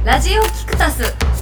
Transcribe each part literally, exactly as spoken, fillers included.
ラジオキクタス。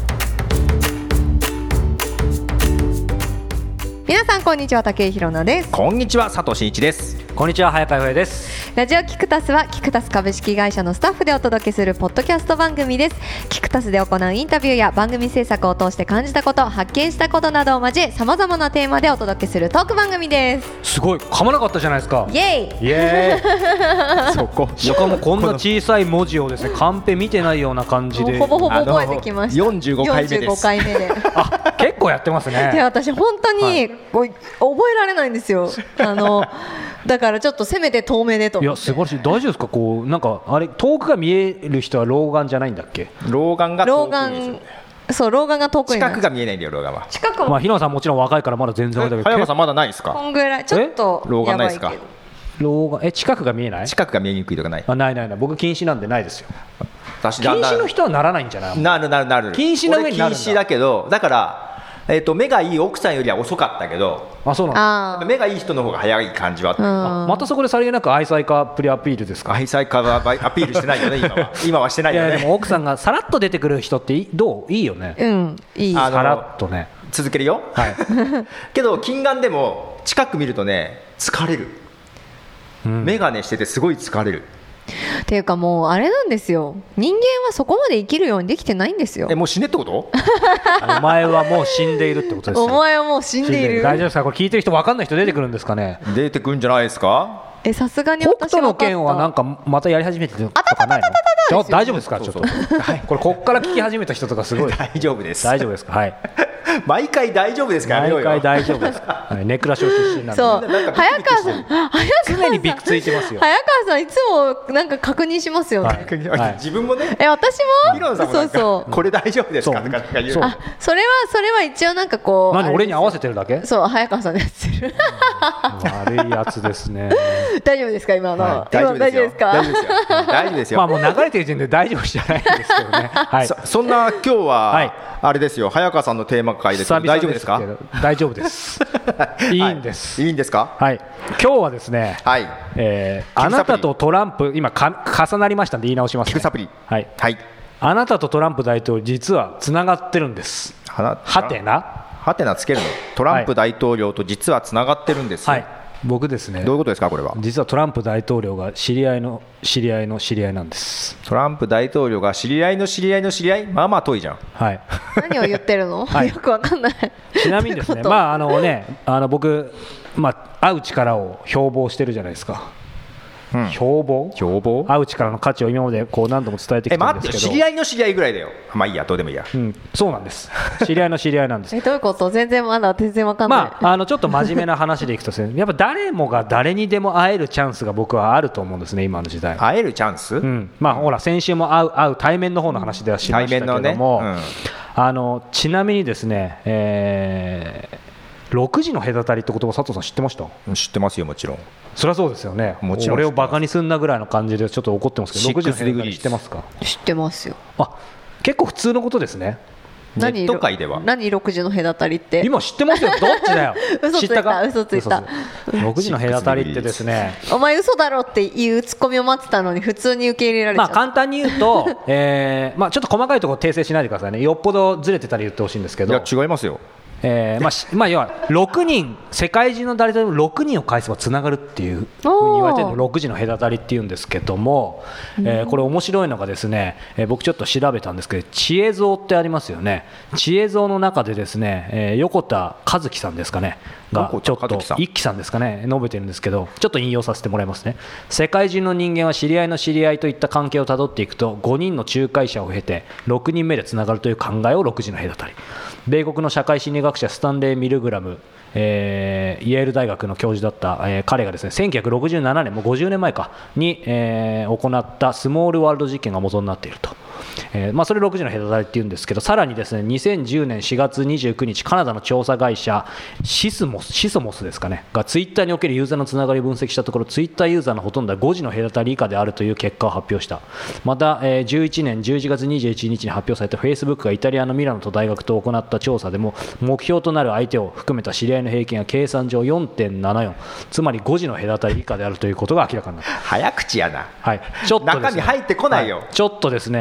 皆さんこんにちは、竹井ひろなです。 こんにちは、佐藤真一です。 こんにちは、早川洋平です。 ラジオキクタスはキクタス株式会社のスタッフでお届けするポッドキャスト番組です。キクタスで行うインタビューや番組制作を通して感じたこと、発見したことなどを交え、さまざまなテーマでお届けするトーク番組です。 すごい噛まなかったじゃないですか。 イエイイエーイそこしかもこんな小さい文字をですね、カンペ見てないような感じでほぼほぼ覚えてきました。 よんじゅうごかいめです。 よんじゅうごかいめであ、結構やってますね。 で、私本当に、はい、覚えられないんですよ。あのだからちょっとせめて透明でと思って。 いや素晴らしい。大丈夫ですか。こうなんかあれ、遠くが見える人は老眼じゃないんだっけ。 老眼が遠くにですよね。 そう、老眼が遠くに。 近くが見えないんだよ、老眼は。 近くも、 まあ、日野さんもちろん若いからまだ全然あれだけど、 早川さんまだないですか。 こんぐらいちょっと老眼ないですか。 老眼、え、近くが見えない。 近くが見えにくいとかない。 あ、ないないない。僕近視なんでないですよ。 私近視の人はならないんじゃない。 なるなるなる。 近視の上になるんだ。 俺近視だけど、だからえー、と目がいい奥さんよりは遅かったけど、 あ、そうなんだ。目がいい人の方が早い感じはあった。 あ、またそこでさりげなく愛妻家プリアピールですか。 愛妻家はアピールしてないよね今は。今はしてないよね。 いや、でも奥さんがさらっと出てくる人ってどう、いいよね。 うん、いい。 さらっとね。 続けるよ、はい、けど近眼でも近く見るとね疲れる、うん、眼鏡しててすごい疲れるっていうか、もうあれなんですよ、人間はそこまで生きるようにできてないんですよ。 え、もう死ねってこと。 お前はもう死んでいるってことですよ。 お前はもう死んでいる。 大丈夫ですか。これ聞いてる人分かんない人出てくるんですかね。 出てくるんじゃないですか。 え、さすがに北私は斗の拳はなんかまたやり始めてるとかないの。ちょ大丈夫ですか。ちょっとこれこっから聞き始めた人とかすごい大丈夫です。 大丈夫ですか。はい。 毎回大丈夫ですか。 毎回大丈夫ですか。ネクラ症出身なんで。 そう、早川さん、早川さん常にビクついてますよ。 早川さんいつもなんか確認しますよね。 はい、自分もね。 え、私も。 そうそう。これ大丈夫ですかとか言う。 あ、それはそれは一応なんかこう。 何、俺に合わせてるだけ。 そう、早川さんのやつる。 悪いやつですね。 大丈夫ですか今の。 はい、大丈夫ですか。大丈夫ですよ。大丈夫ですよ。 まあもう流れてる時点で大丈夫じゃないんですけどね。はい。 そ, そんな今日は、はい、あれですよ、早川さんのテーマ会で大丈夫ですか。 大丈夫です。いいんです。 はい、いいんですか。 はい。今日はですね。 はい。 えー、あなたとトランプ、今か重なりましたんで言い直します、ね。 聞くサプリ。 はい。 はい。 あなたとトランプ大統領実はつながってるんです。はてな。 はてなつけるの。トランプ大統領と実はつながってるんです。 はい。僕ですね。 どういうことですかこれは。 実はトランプ大統領が知り合いの知り合いの知り合いなんです。 トランプ大統領が知り合いの知り合いの知り合い、まあまあ遠いじゃん。 はい。 何を言ってるの、はい、よくわかんない。 ちなみにですね、まああのね、あの僕、まあ、会う力を標榜してるじゃないですか。うん、標榜標榜会う力の価値を今までこう何度も伝えてきたんですけど。 え、待って、知り合いの知り合いぐらいだよ。まあいいや、どうでもいいや。 うん、そうなんです。知り合いの知り合いなんです。 え、どういうこと。全然まだ全然わかんない。 まあ、あのちょっと真面目な話でいくとですね、やっぱ誰もが誰にでも会えるチャンスが僕はあると思うんですね、今の時代。 会えるチャンス、うん、 まあほら先週も会う会う対面の方の話ではしましたけども、ね、うん、あのちなみにですね、えーろくじの隔たりって言葉、佐藤さん知ってました。 知ってますよ、もちろん。 そりゃそうですよね。 もちろん。 俺をバカにすんなぐらいの感じでちょっと怒ってますけど、ろくじの隔たり知ってますか。 知ってますよ。 あ、結構普通のことですね。 ネット界では何ろくじの隔たりって。 今知ってますよ。どっちだよ。 嘘ついた、嘘ついた。 ろくじの隔たりってですね、 お前嘘だろっていうツッコミを待ってたのに普通に受け入れられちゃった。 まあ簡単に言うと、えーまあ、ちょっと細かいところ訂正しないでくださいね。よっぽどずれてたら言ってほしいんですけど。 いや違いますよ。 えーまあまあ、要はろくにん、世界中の誰でもろくにんを返せばつながるっていうふうに言われているのろくじの隔たりっていうんですけども、えー、これ面白いのがですね、えー、僕ちょっと調べたんですけど、知恵蔵ってありますよね。知恵蔵の中でですね、えー、横田和樹さんですかねがちょっと一輝さんですかね述べてるんですけど、ちょっと引用させてもらいますね。世界中の人間は知り合いの知り合いといった関係をたどっていくとごにんの仲介者を経てろくにんめでつながるという考えをろくじの隔たり。米国の社会心理学者スタンレー・ミルグラム、えー、イェール大学の教授だった、えー、彼がですねせんきゅうひゃくろくじゅうななねん、もうごじゅうねんまえかに、えー、行ったスモールワールド実験が元になっていると。えーまあ、それろくじの隔たりっていうんですけど、さらにですねにせんじゅうねんしがつにじゅうくにちカナダの調査会社シスモスシソモスですかねがツイッターにおけるユーザーのつながりを分析したところ、ツイッターユーザーのほとんどはごじの隔たり以下であるという結果を発表した。また、えー、じゅういちねんじゅういちがつにじゅういちにちに発表されたフェイスブックがイタリアのミラノと大学と行った調査でも、目標となる相手を含めた知り合いの平均は計算上 よんてんななよん、 つまりごじの隔たり以下であるということが明らかになった。 早口やな、 はい、ちょっとですね、 中身入ってこないよ、 はい、ちょっとですね、え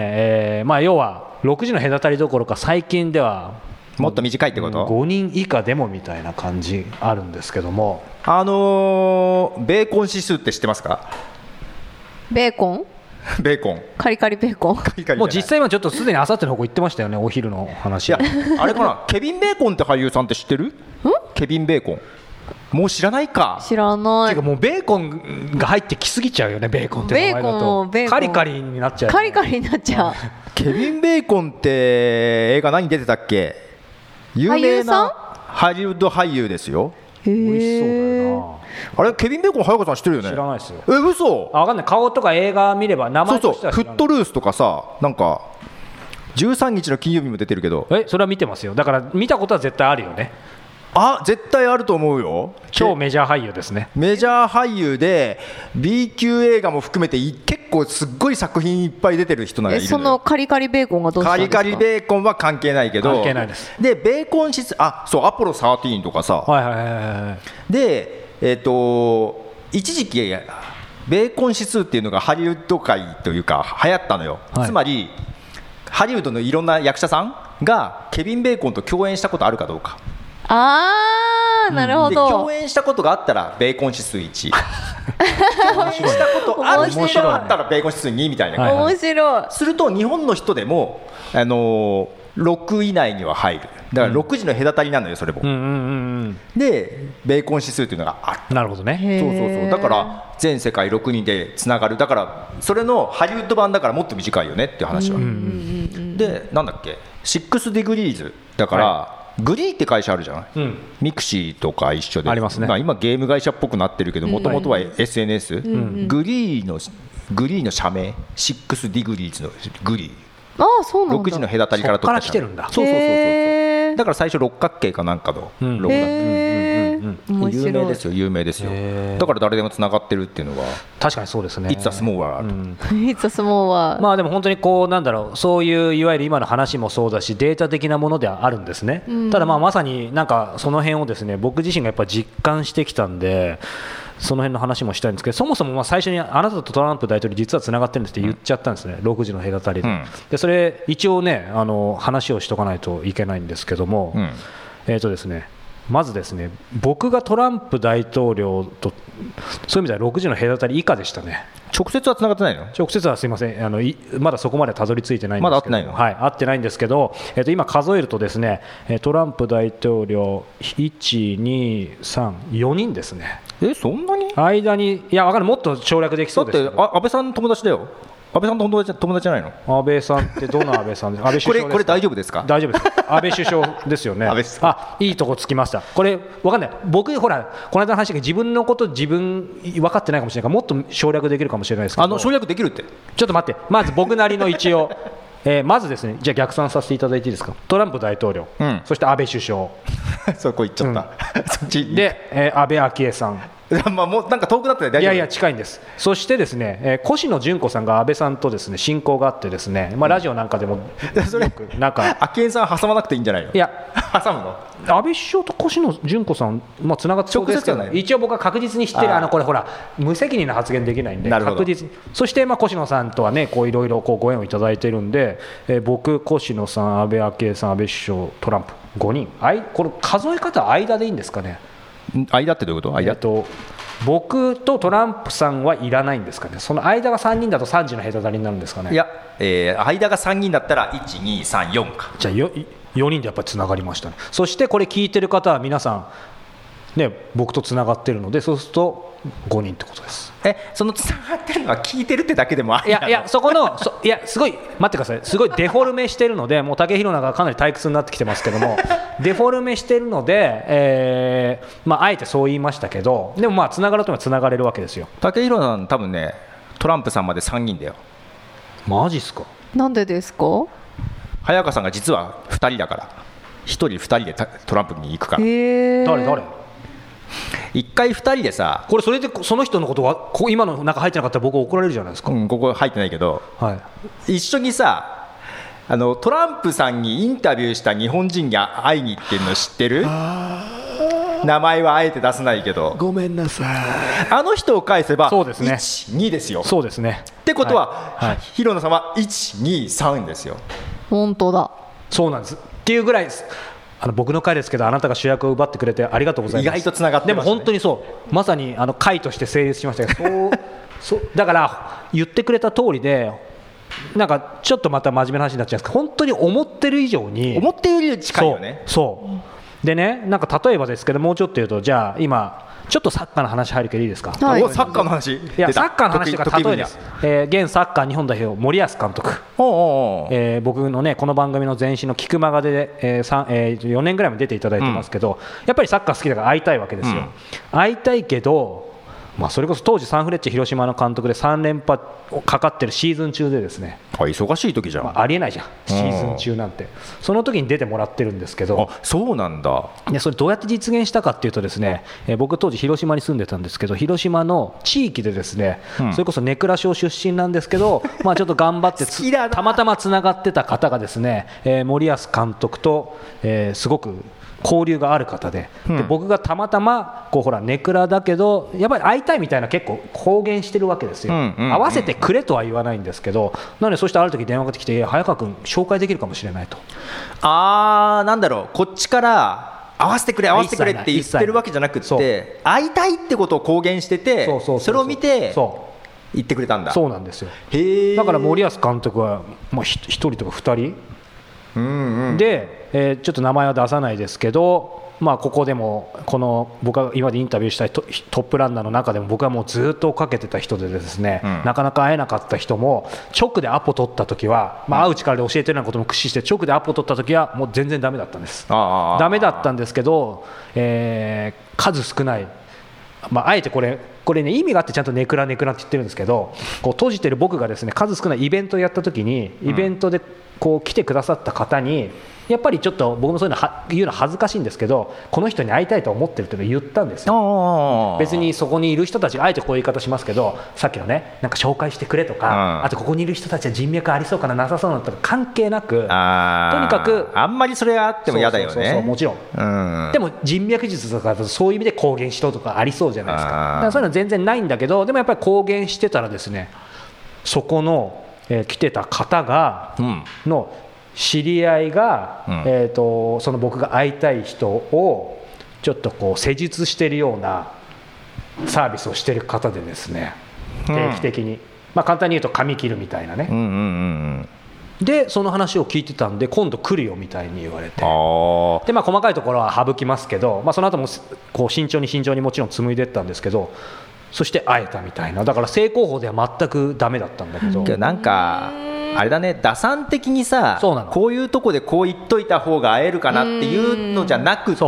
えーまあ、要はろくじの隔たりどころか最近ではもっと短いってこと？ ごにん以下でもみたいな感じあるんですけども、 あのー、ベーコン指数って知ってますか？ ベーコンベーコンカリカリベーコンカリカリじゃない。 もう実際今ちょっとすでにあさっての方向行ってましたよね、お昼の話。 いやあれかなケビン・ベーコンって俳優さんって知ってる？ケビン・ベーコンもう知らないか。 知らない。 てかもうベーコンが入ってきすぎちゃうよね、ベーコンって名前だベーコンもベーコンとカリカリになっちゃう、 カリカリになっちゃう。 ケビン・ベーコンって映画何出てたっけ？有名俳優さんなハリウッド俳優ですよ。 へー美味しそうだよあれケビン・ベーコン早川さん知ってるよね？ な。知らないですよ。 え嘘？ あ、分かんない。顔とか映画見れば名そうそう前としては知らない。 フットルースとかさ、なんかじゅうさんにちの金曜日も出てるけど、 えそれは見てますよ。だから見たことは絶対あるよね。 あ絶対あると思うよ。 超メジャー俳優ですね。 メジャー俳優で B 級映画も含めてい結構すっごい作品いっぱい出てる人がいえるのよ。 そのカリカリベーコンがどうしたカんですか？ リカリベーコンは関係ないけど、 関係ないです。 でベーコン指数、あそうアポロじゅうさんとかさ、 はいはいはいはいでえっ、と一時期ベーコン指数っていうのがハリウッド界というか流行ったのよ、 はい、 つまりハリウッドのいろんな役者さんがケビン・ベーコンと共演したことあるかどうか。 あーなるほでど。 共演したことがあったらベーコン指数いち共演したことある人があったらベーコン指数にみたいな、 はい面白い。 すると日本の人でも、あのー、ろく以内には入る。だからろくじの隔たりなのよそれも、 うんうんうんうんでベーコン指数というのがある。 なるほどね。 そうそうそう。だから全世界ろくにんでつながる。だからそれのハリウッド版だからもっと短いよねっていう話は、でなんだっけシックスディグリーズだから、はい、グリーって会社あるじゃない、うん、ミクシーとか一緒でありますね。 まあ、今ゲーム会社っぽくなってるけどもともとは エスエヌエス、うん、グリーのグリーの社名シックスディグリーズのグリー、 ああそうなんだ。 ろくじの隔たりから取った。 そっから来てるんだ。 そうそうそうそう。だから最初六角形かなんかのロゴだった、うん、有名ですよ有名ですよ。だから誰でもつながってるっていうのは確かにそうですね。 It's a small world、うん、 It's a small world。 まあでも本当にこうなんだろう、そういういわゆる今の話もそうだしデータ的なものではあるんですね、うん、ただまあまさになんかその辺をですね僕自身がやっぱ実感してきたんでその辺の話もしたいんですけど、そもそもまあ最初にあなたとトランプ大統領実はつながってるんですって言っちゃったんですね、うん、ろくじの隔たりで、うん、でそれ一応ねあの話をしとかないといけないんですけども、うん、えーとですねまずですね僕がトランプ大統領とそういう意味ではろくじの隔たり以下でしたね。 直接はつながってないの？ 直接はすいません、あのいまだそこまでたどり着いてないんですけど、 まだ会ってないの？ はい、会ってないんですけど、えーと今数えるとですねトランプ大統領いち、に、さん、よにんですね。 えそんなに間にいや分かるもっと省略できそうですけど。 だってあ安倍さんの友達だよ。安倍さんと友達友達じゃないの？ 安倍さんってどの安倍さんですか？安倍首相ですか？ これこれ大丈夫ですか？ 大丈夫です。安倍首相ですよね。 安倍さん。 あいいとこつきました。これ分かんない。僕ほらこの間の話が自分のこと自分分かってないかもしれないからもっと省略できるかもしれないですけど。 あの省略できるって。 ちょっと待ってまず僕なりの一応。えー、まずですねじゃあ逆算させていただいていいですか。トランプ大統領、うん、そして安倍首相そこ行っちゃった、うん、そっちで、えー、安倍昭恵さんまあもうなんか遠くなって大丈夫。 いやいや近いんです。そしてですね、えー、越野純子さんが安倍さんとですね親交があってですね、まあ、ラジオなんかでも、 うん、それなんか昭恵さん挟まなくていいんじゃないの？いや挟むの？安倍首相と越野純子さん、まあ、つながってそうですけど、ね、一応僕は確実に知ってる。あのこれほら無責任な発言できないんで確実に。そしてまあ越野さんとはねこういろいろこうご縁をいただいているんで、えー、僕越野さん安倍昭恵さん安倍首相トランプごにんあいこれ数え方間でいいんですかね？ 間ってどういうこと？間、えっと僕とトランプさんはいらないんですかね。その間がさんにんだとさんじの隔たりになるんですかね。 いや、えー、間がさんにんだったらいち、に、さん、よんか。 じゃあ よ, よにんでやっぱりつながりましたね。そしてこれ聞いてる方は皆さんね僕とつながってるのでそうするとごにんってことです。 えそのつながってるのは聞いてるってだけでもある。 いやいやそこのそいやすごい待ってください。すごいデフォルメしてるのでもう竹広永がかなり退屈になってきてますけどもデフォルメしてるので、えーまあ、あえてそう言いましたけどでもまあつながるとはつながれるわけですよ。 竹広さん多分ねトランプさんまでさんにんだよ。 マジっすか？ なんでですか？ 早川さんが実はふたりだからひとりふたりでトランプに行くから。 へ誰誰一回ふたりでさこれそれでその人のことはこ今の中入ってなかったら僕怒られるじゃないですか、 うん、ここ入ってないけど、はい、一緒にさあのトランプさんにインタビューした日本人が会いに行ってるの知ってる？ 名前はあえて出さないけどごめんなさい。 あの人を返せばそうですねいち、にですよ。 そうですね。 ってことは、 はいはい、 広野さんはいち、に、さんですよ。 本当だ。 そうなんですっていうぐらいです。あの僕の回ですけど、あなたが主役を奪ってくれてありがとうございます。 意外とつながってますね。 でも本当にそうまさにあの回として成立しましたけどそうそうだから言ってくれた通りで、なんかちょっとまた真面目な話になっちゃうんですけど、本当に思ってる以上に思ってるより近いよね。 そうそうでね、なんか例えばですけど、もうちょっと言うと、じゃあ今ちょっとサッカーの話入るけどいいですか。 はい、 おサッカーの話。 いやサッカーの話とか例えです、えー、現サッカー日本代表森保監督、 おうおうおう、 えー、僕のねこの番組の前身のキクマガで、えーえー、よねんぐらいも出ていただいてますけど、うん、やっぱりサッカー好きだから会いたいわけですよ、うん、会いたいけど、まあ、それこそ当時サンフレッチェ広島の監督でさん連覇かかってるシーズン中でですね、 あ忙しい時じゃん、 まあ、ありえないじゃんシーズン中なんて。その時に出てもらってるんですけど、 あそうなんだ。 でそれどうやって実現したかっていうとですね、えー、僕当時広島に住んでたんですけど、広島の地域でですね、うん、それこそ根倉小出身なんですけどまあちょっと頑張ってつたまたまつながってた方がですね、えー、森保監督と、えー、すごく交流がある方 で,、うん、で僕がたまたまこうほらネクラだけどやっぱり会いたいみたいな結構公言してるわけですよ、うんうんうん、会わせてくれとは言わないんですけど、なのでそしてある時電話がかかってきて、早川君紹介できるかもしれないと。 あーなんだろう、こっちから会わせてくれ会わせてくれって言ってるわけじゃなくて、会いたいってことを公言してて、そうそうそうそう、それを見て言ってくれたんだ。 そうなんですよ。 へだから森保監督は、まあ、ひとりとかふたり、うんうん、で、えー、ちょっと名前は出さないですけど、まあ、ここでもこの僕が今までインタビューしたい ト, トップランナーの中でも僕はもうずっと追っかけてた人でですね、うん、なかなか会えなかった人も直でアポ取った時は、まあ、会う力で教えてるようなことも駆使して直でアポ取った時はもう全然ダメだったんです。ダメだったんですけど、えー、数少ない、まあ、あえてこれこれね意味があってちゃんとネクラネクラって言ってるんですけど、こう閉じてる僕がですね数少ないイベントをやった時にイベントでこう来てくださった方にやっぱりちょっと僕もそういうのは言うの恥ずかしいんですけど、この人に会いたいと思ってるというのを言ったんですよ。別にそこにいる人たちあえてこういう言い方しますけど、さっきのねなんか紹介してくれとか、あとここにいる人たちは人脈ありそうかななさそうなのとか関係なく、とにかくあんまりそれがあっても嫌だよね。 そうそうそうそう、もちろん、うん、でも人脈術とかそういう意味で公言しろとかありそうじゃないですか。だからそういうの全然ないんだけど、でもやっぱり公言してたらですね、そこの、えー、来てた方が、うん、の知り合いが、うん、えーと、その僕が会いたい人をちょっとこう施術しているようなサービスをしている方でですね、定期的に、うん、まあ、簡単に言うと髪切るみたいなね、うんうんうんうん、でその話を聞いてたんで今度来るよみたいに言われて、で、まあ、細かいところは省きますけど、まあ、その後もこう慎重に慎重にもちろん紡いでいったんですけど、そして会えたみたいな。だから正攻法では全くダメだったんだけど、 なんかあれだね、打算的にさ、こういうとこでこう言っといた方が会えるかなっていうのじゃなくって、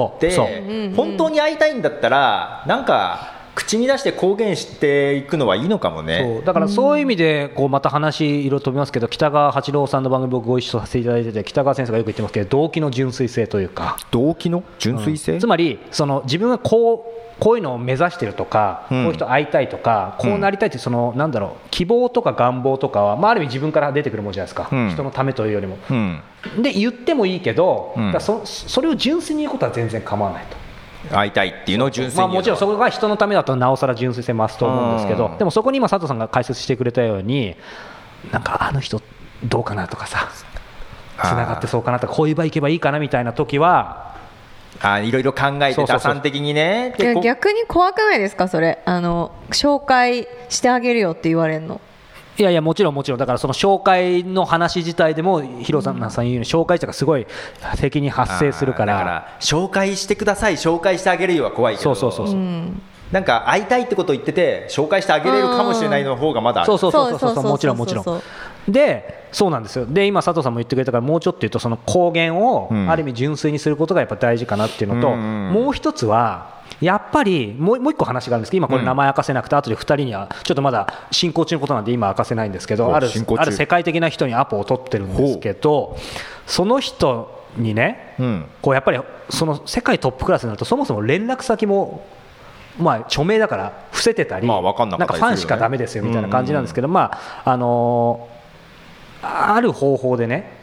本当に会いたいんだったらなんか口に出して公言していくのはいいのかもね。 そうだからそういう意味でこうまた話いろいろ飛びますけど、北川八郎さんの番組僕ご一緒させていただいてて、北川先生がよく言ってますけど、動機の純粋性というか、 動機の純粋性、 うん、つまりその自分がこうこういうのを目指してるとか、うん、こういう人会いたいとか、こうなりたいってその、なんだろう、希望とか願望とかは、まあ、ある意味自分から出てくるものじゃないですか、うん、人のためというよりも、うん、で言ってもいいけど、うん、だ そ, それを純粋に言うことは全然構わないと。 会いたいっていうのを純粋に言う、 まあ、もちろんそこが人のためだとなおさら純粋性増すと思うんですけど、でもそこに今佐藤さんが解説してくれたように、なんかあの人どうかなとかさ、つながってそうかなとか、こういう場行けばいいかなみたいな時はあいろいろ考えて打算的にね。 いや逆に怖くないですかそれ、あの紹介してあげるよって言われるの。 いやいやもちろんもちろん、だからその紹介の話自体でも広さんさん言うように紹介者がすごい責任発生するから、 だから紹介してください紹介してあげるよは怖いけど、 そうそうそうそう、うん、 なんか会いたいってことを言ってて紹介してあげれるかもしれないの方がまだある。 そうそうそうそうそう、もちろんもちろん。でそうなんですよ。で今佐藤さんも言ってくれたから、もうちょっと言うとその公言をある意味純粋にすることがやっぱ大事かなっていうのと、うん、もう一つはやっぱりもう一個話があるんですけど、今これ名前明かせなくて、後でふたりにはちょっとまだ進行中のことなんで今明かせないんですけど、あるある世界的な人にアポを取ってるんですけど、その人にね、うん、こうやっぱりその世界トップクラスになるとそもそも連絡先もまあ著名だから伏せてたり、 まあ分かんなかったりするよね、 なんかファンしかダメですよみたいな感じなんですけど、まああのー、ある方法でね、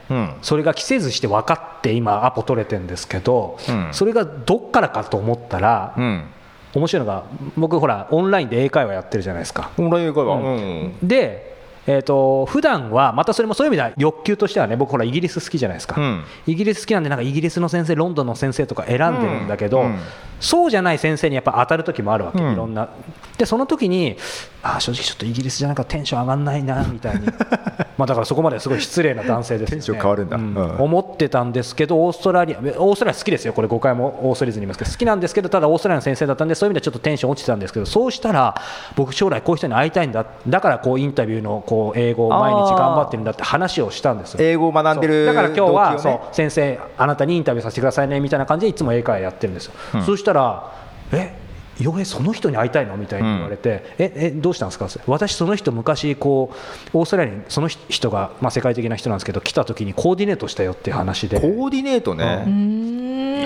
うん、 それが期せずして分かって今アポ取れてるんですけど、うん、それがどっからかと思ったら、うん、面白いのが僕ほらオンラインで英会話やってるじゃないですか。 オンライン英会話、うんうん、でえー、と普段はまたそれもそういう意味では欲求としてはね、僕ほらイギリス好きじゃないですか、うん、イギリス好きなんでなんかイギリスの先生ロンドンの先生とか選んでるんだけど、うんうん、そうじゃない先生にやっぱ当たる時もあるわけ、うん、いろんなでその時にあ正直ちょっとイギリスじゃなんかテンション上がんないなみたいにまあだからそこまですごい失礼な男性ですよね。 テンション変わるんだ、うんうん、思ってたんですけどオーストラリアオーストラリア好きですよ、これごかいもオーストラリアに言いますけど好きなんですけど、ただオーストラリアの先生だったんでそういう意味ではちょっとテンション落ちてたんですけど、そうしたら僕将来こういう人に会いたいんだ、だからこうインタビューのこう英語を毎日頑張ってるんだって話をしたんですよ。 英語を学んでるだから今日はそう先生あなたにインタビューさせてくださいねみたいな感じでいつも英会話やってるんですよ、うん、そうしたらえ洋平その人に会いたいのみたいに言われて、うん、ええどうしたんですか、私その人昔こうオーストラリアにその人が、まあ、世界的な人なんですけど来た時にコーディネートしたよっていう話で。 コーディネートね、 うん、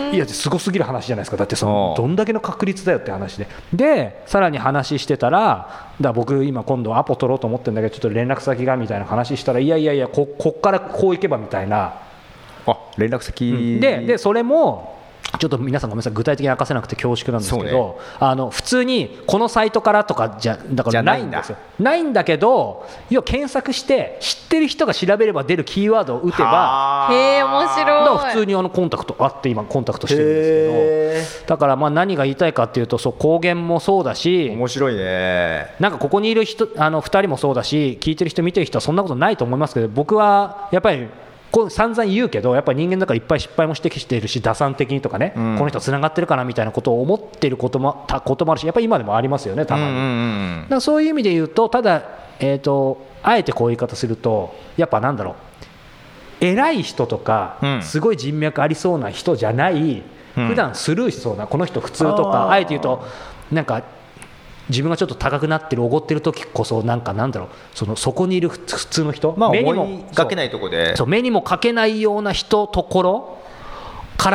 いやすごすぎる話じゃないですか。だってそのどんだけの確率だよって話ででさらに話してたらだ僕今今度アポ取ろうと思ってるんだけどちょっと連絡先がみたいな話したらいやいやいや こ, こっからこういけばみたいなあ連絡先、 うん、で, でそれもちょっと皆さんごめんなさい具体的に明かせなくて恐縮なんですけど、ね、あの普通にこのサイトからとかじゃだからないんですよ。ないんだけど要は検索して知ってる人が調べれば出るキーワードを打てばへー面白い。 だから普通にあのコンタクトあって今コンタクトしてるんですけど、だからまあ何が言いたいかっていうとそう公言もそうだし面白いね。 なんかここにいる人あのふたりもそうだし聞いてる人見てる人はそんなことないと思いますけど、僕はやっぱりこう散々言うけどやっぱり人間だからいっぱい失敗も指摘しているし打算的にとかね、うん、この人つながってるかなみたいなことを思っていることも、たこともあるしやっぱり今でもありますよねたまに、うんうんうん、だからそういう意味で言うとただ、えーと、あえてこういう言い方するとやっぱなんだろう偉い人とか、うん、すごい人脈ありそうな人じゃない、うん、普段スルーしそうなこの人普通とか あ, あえて言うとなんか自分がちょっと高くなってるおごってる時こそなんかなんだろう そ, のそこにいる普通の人、 まあ、目にもかけないところでそう目にもかけないような人ところから、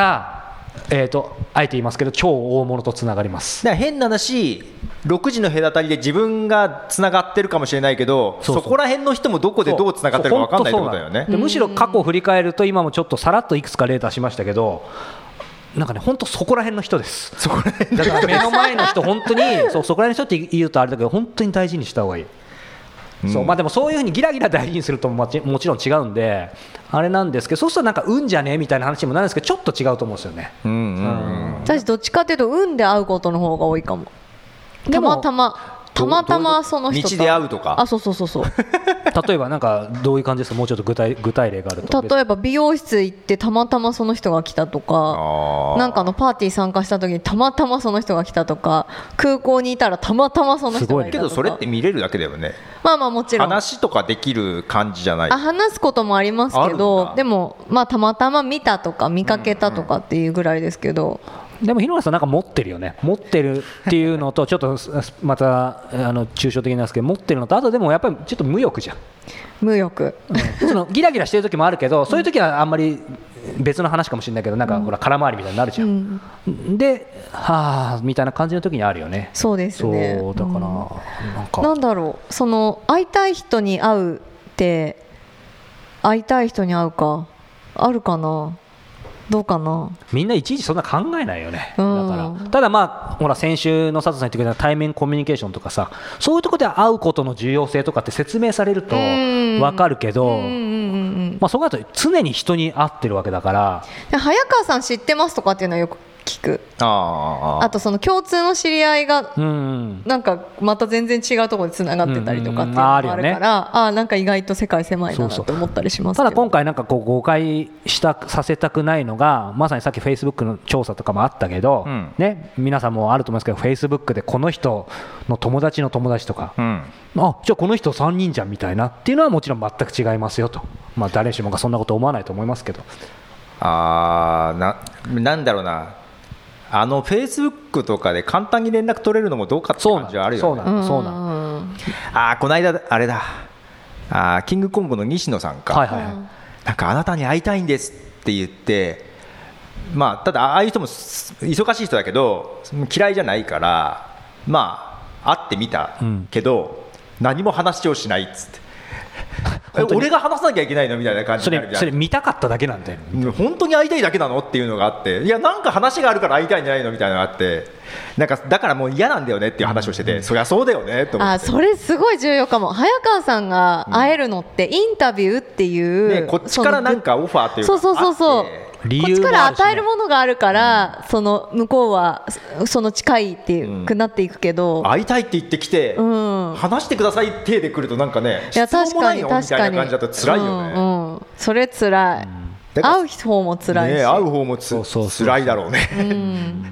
えー、とあえて言いますけど超大物とつながります。 だから変な話ろくじの隔たりで自分がつながってるかもしれないけど そ, そこら辺の人もどこでどうつながってるか分かんないってことだよね。 でむしろ過去を振り返ると今もちょっとさらっといくつか例出しましたけどなんかね本当そこら辺の人です。 そこら辺だから目の前の人本当にそうそこら辺の人って言うとあれだけど本当に大事にした方がいい、うん、そうまあでもそういう風にギラギラ大事にすると も, もちろん違うんであれなんですけどそうするとなんか運じゃねみたいな話にもなるんですけどちょっと違うと思うんですよね、うんうんうん、 私どっちかというと運で会うことの方が多いかも。たまたまたまたまその人と道で会うとかあそうそうそうそう例えばなんかどういう感じですかもうちょっと具 体, 具体例があると。 例えば美容室行ってたまたまその人が来たとかなんかのパーティー参加した時にたまたまその人が来たとか空港にいたらたまたまその人がいたとか。 けどそれって見れるだけだよね。 まあまあもちろん話とかできる感じじゃない。 あ話すこともありますけどでもまあたまたま見たとか見かけたとかっていうぐらいですけど、うんうんでも日村さんなんか持ってるよね。持ってるっていうのとちょっとまたあの抽象的なんですけど持ってるのとあとでもやっぱりちょっと無欲じゃん。 無欲、 うん、そのギラギラしてる時もあるけどそういう時はあんまり別の話かもしれないけどなんかほら空回りみたいになるじゃん、うん、ではあみたいな感じの時にあるよね。 そうですね。 そうだから、うん、なんかなんだろうその会いたい人に会うって会いたい人に会うかあるかなどうかな。 みんないちいちそんな考えないよね、うん、だからただまあほら先週の佐藤さん言ってくれた対面コミュニケーションとかさそういうところで会うことの重要性とかって説明されると分かるけど、まあ、そこだと常に人に会ってるわけだから早川さん知ってますとかっていうのはよく聞く。 あ, あとその共通の知り合いがなんかまた全然違うところでつながってたりとかっていうのもあるから、ああなんか意外と世界狭いなと思ったりしますけど。 ただ今回なんかこう誤解したさせたくないのがまさにさっきフェイスブックの調査とかもあったけど、うんね、皆さんもあると思いますけどフェイスブックでこの人の友達の友達とか、うん、あじゃあこの人さんにんじゃんみたいなっていうのはもちろん全く違いますよと、まあ、誰しもがそんなこと思わないと思いますけどあな、なんだろうなあのフェイスブックとかで簡単に連絡取れるのもどうかって感じはあるよね。 そうなんそうなんあこの間あれだあキングコングの西野さんか、はいはいはい、なんかあなたに会いたいんですって言ってまあただああいう人も忙しい人だけど嫌いじゃないからまあ会ってみたけど、うん、何も話をしないっつって俺が話さなきゃいけないのみたいな感じそになるじゃん。 れそれ見たかっただけなんだよ。 本当に会いたいだけなのっていうのがあって、いやなんか話があるから会いたいんじゃないのみたいなのがあって、なんかだからもう嫌なんだよねっていう話をしてて、そりゃそうだよねと思って。 あ、それすごい重要かも。早川さんが会えるのってインタビューっていう、 ね、こっちからなんかオファーっていうか、 そうそうそうそう、 理由こっちから与えるものがあるから、うん、その向こうはその近いっていうくなっていくけど、 うん、会いたいって言ってきて、うん、話してくださいってで来るとなんかね、 いや確かに確かにみたいな感じだと辛いよね、 うんうん、それ辛い、うん、会う方も辛いし、 ね、会う方もつそうそうそう辛いだろうね、うん、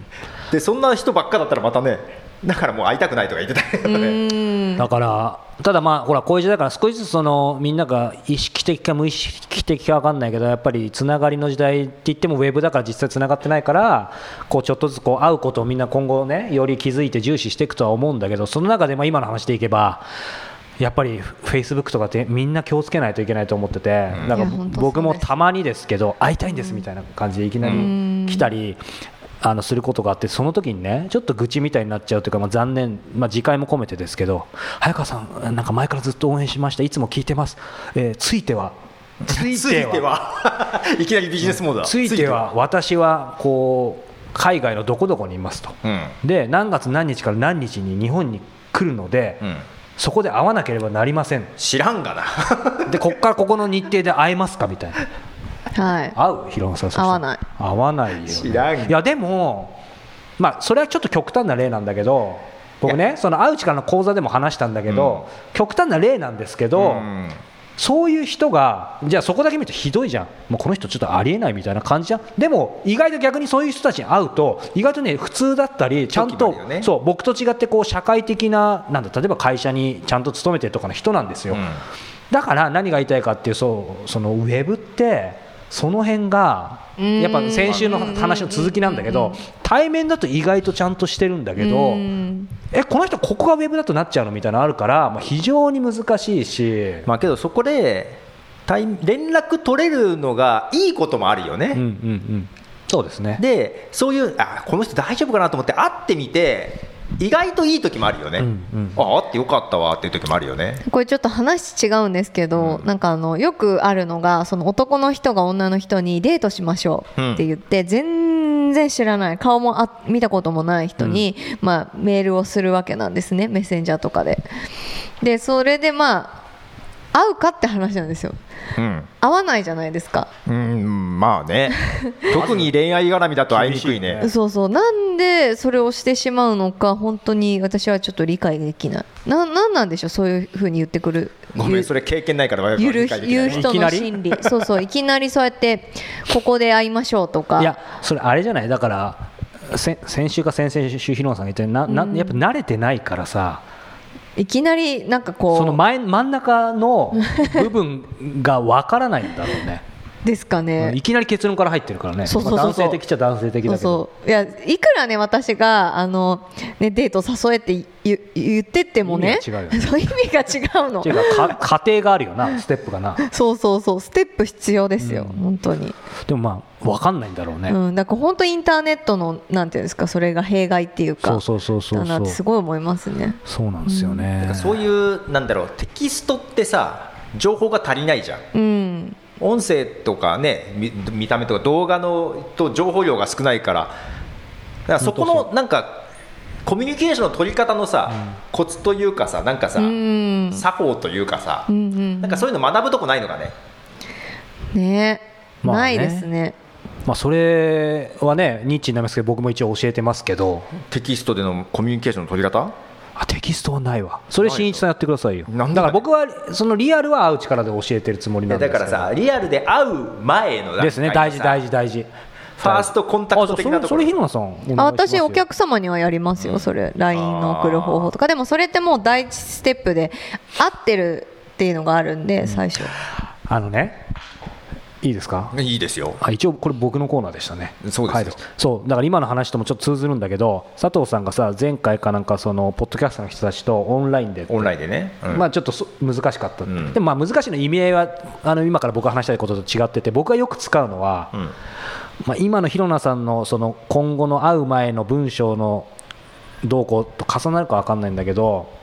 でそんな人ばっかだったらまたね、だからもう会いたくないとか言ってたよね。 だからただまあほらこういう時代から少しずつそのみんなが意識的か無意識的か分かんないけど、やっぱりつながりの時代って言ってもウェブだから実際つながってないから、こうちょっとずつこう会うことをみんな今後ねより気づいて重視していくとは思うんだけど、その中でまあ今の話でいけばやっぱりフェイスブックとかってみんな気をつけないといけないと思ってて、だから僕もたまにですけど会いたいんですみたいな感じでいきなり来たりあのすることがあって、その時にねちょっと愚痴みたいになっちゃうというか、まあ、残念、まあ、自戒も込めてですけど、早川さんなんか前からずっと応援しました、いつも聞いてます、えー、ついてはついてはいきなりビジネスモードだ。 ついては私はこう海外のどこどこにいますと、うん、で何月何日から何日に日本に来るので、うん、そこで会わなければなりません。 知らんがなでこっからここの日程で会えますかみたいな。 はい、 会う広野さん、 合わない合わないよ、ね、 知らん。 いやでも、まあ、それはちょっと極端な例なんだけど、僕ねその会う力の講座でも話したんだけど、うん、極端な例なんですけど、うん、そういう人がじゃあそこだけ見るとひどいじゃん、もうこの人ちょっとありえないみたいな感じじゃん。でも意外と逆にそういう人たちに会うと意外とね普通だったり、ちゃんと、ね、そう僕と違ってこう社会的な、なんだ例えば会社にちゃんと勤めてるとかの人なんですよ、うん、だから何が言いたいかっていう、そうそのウェブってその辺がやっぱ先週の話の続きなんだけど、対面だと意外とちゃんとしてるんだけど、えこの人ここがウェブだとなっちゃうのみたいなのあるから、まあ、非常に難しいし、 まあけどそこで連絡取れるのがいいこともあるよね、うんうんうん、 そうですね。 でそういうあこの人大丈夫かなと思って会ってみて意外といい時もあるよね、うんうん、ああってよかったわっていう時もあるよね。 これちょっと話違うんですけど、うん、なんかあのよくあるのが、その男の人が女の人にデートしましょうって言って、うん、全然知らない顔もあ見たこともない人に、うんまあ、メールをするわけなんですね、メッセンジャーとかで。でそれでまあ会うかって話なんですよ、うん、会わないじゃないですか、 うん、まあね特に恋愛絡みだと会いにくいねそうそう、なんでそれをしてしまうのか本当に私はちょっと理解できない。な、なんなんでしょう、そういう風に言ってくる。 ごめんそれ経験ないから理解できない。 言う人の心理そうそう、いきなりそうやってここで会いましょうとか。 いやそれあれじゃない、だからせ先週か先々週、広野さんが言ったようにな、なやっぱ慣れてないからさ、 いきなりなんかこうその前真ん中の部分がわからないんだろうねですかね、 いきなり結論から入ってるからね。そうそうそうそう、男性的っちゃ男性的だけど、そうそういやいくらね私があの、ね、デート誘えって言, 言ってってもね、意味が違うよねそう意味が違うの違うか家庭があるよな、ステップがなそうそうそう、ステップ必要ですよ、うん、本当に。 でもまあ分かんないんだろうね、 うん、だから本当インターネットのなんていうんですか、それが弊害っていうか、 そうそうそうそうそう、 だなってすごい思いますね。 そうなんですよね、 うん、そういうなんだろう、テキストってさ情報が足りないじゃん、うん音声とかね 見, 見た目とか動画のと情報量が少ないから、だからそこのなんかコミュニケーションの取り方のさ、うん、コツというかさ、なんかさ、うん、作法というかさ、うんうん、なんかそういうの学ぶとこないのかね。 ね、まあ、ないですね。 まあ、それはねニッチになりますけど、僕も一応教えてますけど、 テキストでのコミュニケーションの取り方、 あテキストはないわ。それ新一さんやってくださいよ。だから僕はそのリアルは会う力で教えてるつもりなんですけど、 だからさリアルで会う前の段階ですね、大事大事大事、 ファーストコンタクト的なところ。 それ日野さんあ私お客様にはやりますよ、うん、それ ライン の送る方法とか。でもそれってもう第一ステップで合ってるっていうのがあるんで、うん、最初あのねいいですか。 いいですよ。 あ一応これ僕のコーナーでしたね。 そうですよ、はい、 そうだから今の話ともちょっと通ずるんだけど、佐藤さんがさ前回かなんかそのポッドキャストの人たちとオンラインでオンラインでね、うん、 まあちょっと難しかった、うん、でもまあ難しいの意味合いはあの今から僕が話したいことと違ってて、僕がよく使うのは、うんまあ、今の広名さんのその今後の会う前の文章の動向と重なるか分かんないんだけど、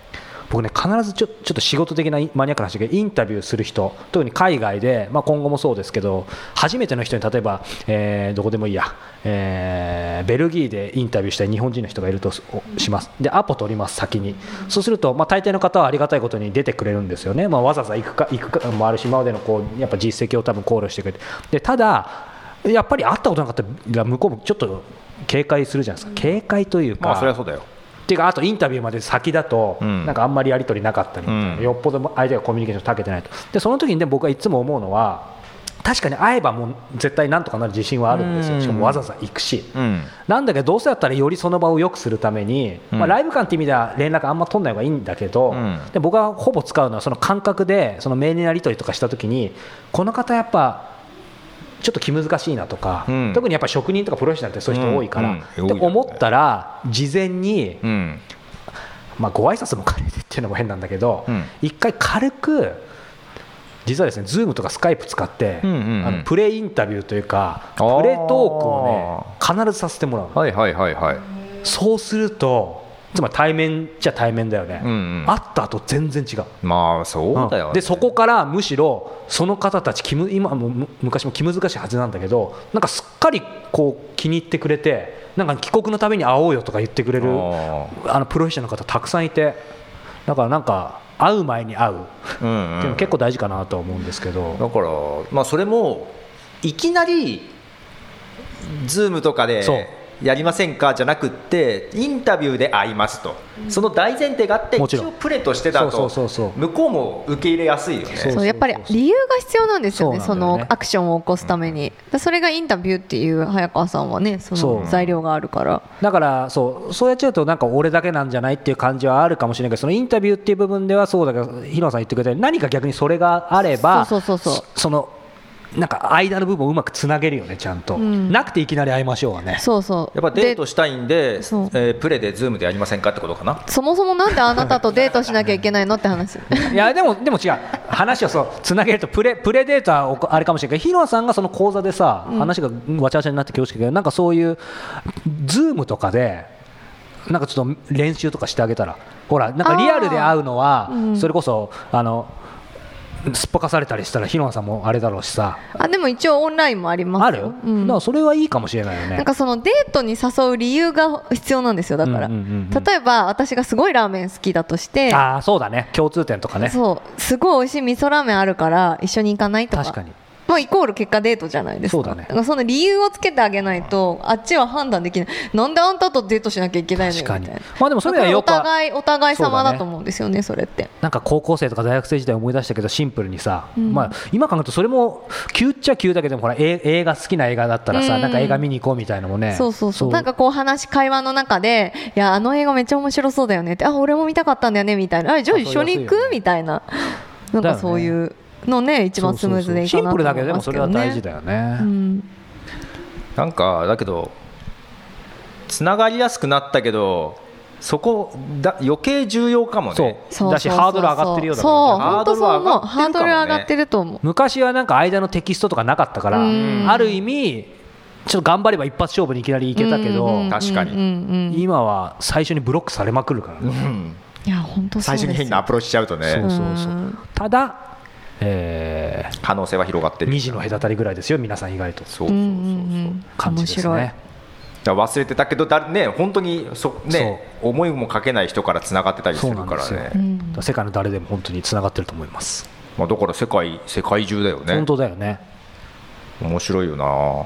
僕ね必ずちょ、ちょっと仕事的なマニアックな話でインタビューする人、特に海外で、まあ、今後もそうですけど初めての人に例えば、えー、どこでもいいや、えー、ベルギーでインタビューした日本人の人がいるとします。でアポ取ります先に。そうすると、まあ、大抵の方はありがたいことに出てくれるんですよね、まあ、わざわざ行くか行くかもあるし、今までのこうやっぱ実績を多分考慮してくれて、でただやっぱり会ったことなかったら向こうもちょっと警戒するじゃないですか。警戒というか、 まあそれはそうだよっていうか、あとインタビューまで先だと、うん、なんかあんまりやり取りなかったりみたいな、うん、よっぽど相手がコミュニケーション長けてないと。でその時に、ね、僕はいつも思うのは、確かに会えばもう絶対なんとかなる自信はあるんですよ。しかもわざわざ行くし、うん、なんだけどどうせだったらよりその場を良くするために、うん、まあ、ライブ感っていう意味では連絡あんま取んない方がいいんだけど、うん、で僕はほぼ使うのはその感覚で、そのメールのやり取りとかした時に、この方やっぱちょっと気難しいなとか、うん、特にやっぱ職人とかプロフェッショナルってそういう人多いから、うんうん、って思ったら事前に、うん、まあ、ご挨拶も兼ねてっていうのも変なんだけど、うん、一回軽く実はですね Zoom とか Skype 使って、うんうんうん、あのプレインタビューというかプレトークをね必ずさせてもらう、 はいはいはいはい、 そうするとつまり対面じゃ対面だよね、うんうん、会った後全然違う。 まあそうだよね、 うん、でそこからむしろその方たち今も昔も気難しいはずなんだけど、なんかすっかりこう気に入ってくれて、なんか帰国のために会おうよとか言ってくれるあのプロフェッショナルの方たくさんいて、だからなんか会う前に会うっていうの結構大事かなと思うんですけど、 だからまあそれもいきなり Zoom とかでやりませんかじゃなくってインタビューで会いますと、その大前提があって一応プレとしてだと向こうも受け入れやすいよね。 そうやっぱり理由が必要なんですよね、そのアクションを起こすために。それがインタビューっていう早川さんはね、その材料があるから、 だからそうそうやっちゃうとなんか俺だけなんじゃないっていう感じはあるかもしれないけど、そのインタビューっていう部分ではそうだけど、日野さん言ってくれたように何か逆にそれがあれば、 そうそうそうそう、 そのなんか間の部分をうまくつなげるよね、ちゃんと、うん、なくていきなり会いましょうはね。 そうそう、 やっぱデートしたいんで、えー、プレでズームでやりませんかってことかな。 そもそもなんであなたとデートしなきゃいけないのって話いやでもでも違う話をそうつなげるとプレプレデートはあれかもしれないけど、日野さんがその講座でさ、うん、話がわちゃわちゃになって恐縮だけど、なんかそういうズームとかでなんかちょっと練習とかしてあげたら、ほらなんかリアルで会うのは、うん、それこそあのすっぽかされたりしたら日野さんもあれだろうしさ。 あでも一応オンラインもありますよ。 ある、うん、だからそれはいいかもしれないよね。 なんかそのデートに誘う理由が必要なんですよ。だから、うんうんうんうん、例えば私がすごいラーメン好きだとして、 あそうだね、共通点とかね。 そうすごい美味しい味噌ラーメンあるから一緒に行かないとか、 確かにまあ、イコール結果デートじゃないですか。 そうだね。 だからその理由をつけてあげないとあっちは判断できない。なんであんたとデートしなきゃいけないのよみたいな。 まあでもそれはよくお互いお互い様だと思うんですよね。それってなんか高校生とか大学生時代思い出したけど、シンプルにさ、うん、まあ今考えるとそれも急っちゃ急だけども、ほら映画好きな映画だったらさ、うん、なんか映画見に行こうみたいなのもね。 そうそうそう、なんかこう話会話の中で、いやあの映画めっちゃ面白そうだよねって、あ俺も見たかったんだよねみたいな、あじゃあ一緒に行く、ね、みたいな、なんかそういうのね、一番スムーズでいいかなと思いますけどね。シンプルだけどでもそれは大事だよね、うん、 なんかだけどつながりやすくなったけどそこだ余計重要かもね。 そうだしハードル上がってるようだから、 ね、そう本当そう思う。ハードル上がってると思う。 昔はなんか間のテキストとかなかったから、ある意味ちょっと頑張れば一発勝負にいきなりいけたけど、 確かに今は最初にブロックされまくるからね、うん、 いや本当そうですよ。 最初に変なアプローチしちゃうとね。 そうそうそう。ただえー、 可能性は広がってる。 虹の隔たりぐらいですよ皆さん意外と。 そうそうそうそう、うんうん、 感じですね。 だ忘れてたけどだ、ね、本当にそ、ね、思いもかけない人からつながってたりするからね。 うん、世界の誰でも本当につながってると思います、 まあ、だから世界世界中だよね。 本当だよね。 面白いよな。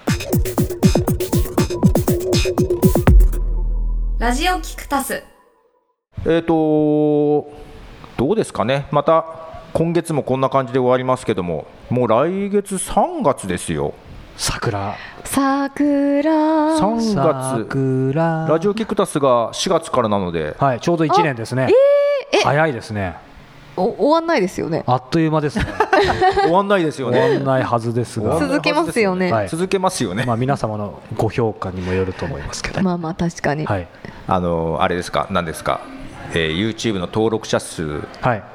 ラジオキクタス。 えーとどうですかね。また今月もこんな感じで終わりますけども、もう来月さんがつですよ。 桜桜さんがつラジオキクタスがしがつからなので、 はい、ちょうどいちねんですね。えー、え早いですね。 お終わんないですよね。 あっという間ですね終わんないですよね。 終わんないはずですが続けますよね、 はい、続けますよね。 まあ、皆様のご評価にもよると思いますけど、 まあまあ確かに、 はい、 あのあれですか何ですか、えー、YouTube の登録者数、 はい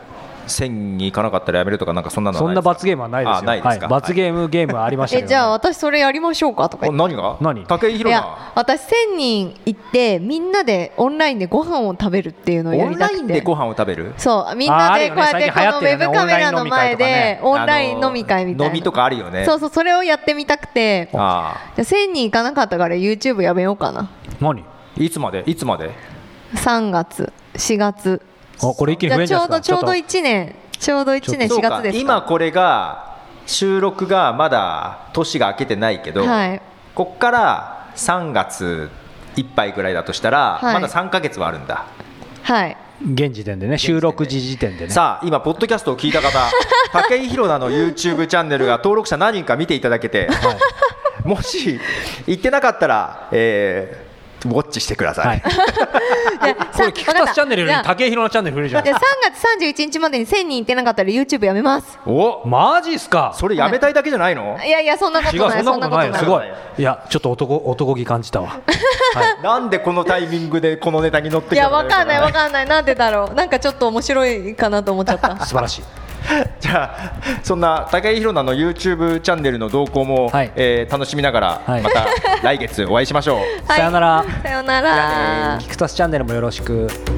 せんに行かなかったらやめるとかなんかそんなのはそんなないですか？ 罰ゲームはないですよ。 あないですかはい、罰ゲームゲームはありましたけど、 えじゃあ私それやりましょうかとか言ってお何が何武井宏いや奈私せんにん行ってみんなでオンラインでご飯を食べるっていうのをやオンラりたくてインでご飯を食べるそうみんなでこうやってこのウェブカメラの前でオンライン飲み会みたいな飲みとかあるよね。 そうそうそれをやってみたくてあじゃあせんにん行かなかったから YouTube やめようかな何？ いつまでいつまでさんがつしがつあこれ一気にじゃあちょ増えんじゃないうですか。 どちょうどちょっいちねんちょうどいちねんしがつですか。 今これが収録がまだ年が明けてないけど、 はいこっからさんがついっぱいぐらいだとしたら、 はいまださんかげつはあるんだ。 はいと現時点でね、収録時時点でね。 さあ今ポッドキャストを聞いた方武井宏奈の YouTube チャンネルが登録者何人か見ていただけて、もし行ってなかったら、えーウォッチしてください、 はいじゃあこれキクタスチャンネルよりわかった武井宏のチャンネル増えるじゃんじゃあさんがつさんじゅういちにちまでにせんにん行ってなかったら YouTube やめます。 おマジっすか。 それやめたいだけじゃないの、 いやいやそんなこと違う、 ないそんなことないよ。すごいい。 いや、ちょっと男男気感じたわ。はいなんでこのタイミングでこのネタに乗ってきたやわかんないわんかんないなんでだろうなんかちょっと面白いかなと思っちゃった素晴らしい。 じゃあそんな武井宏奈の YouTube チャンネルの動向も、 はいえー楽しみながら、 はいまた来月お会いしましょう。 はいさよなら。 さよならキクタスチャンネルもよろしく。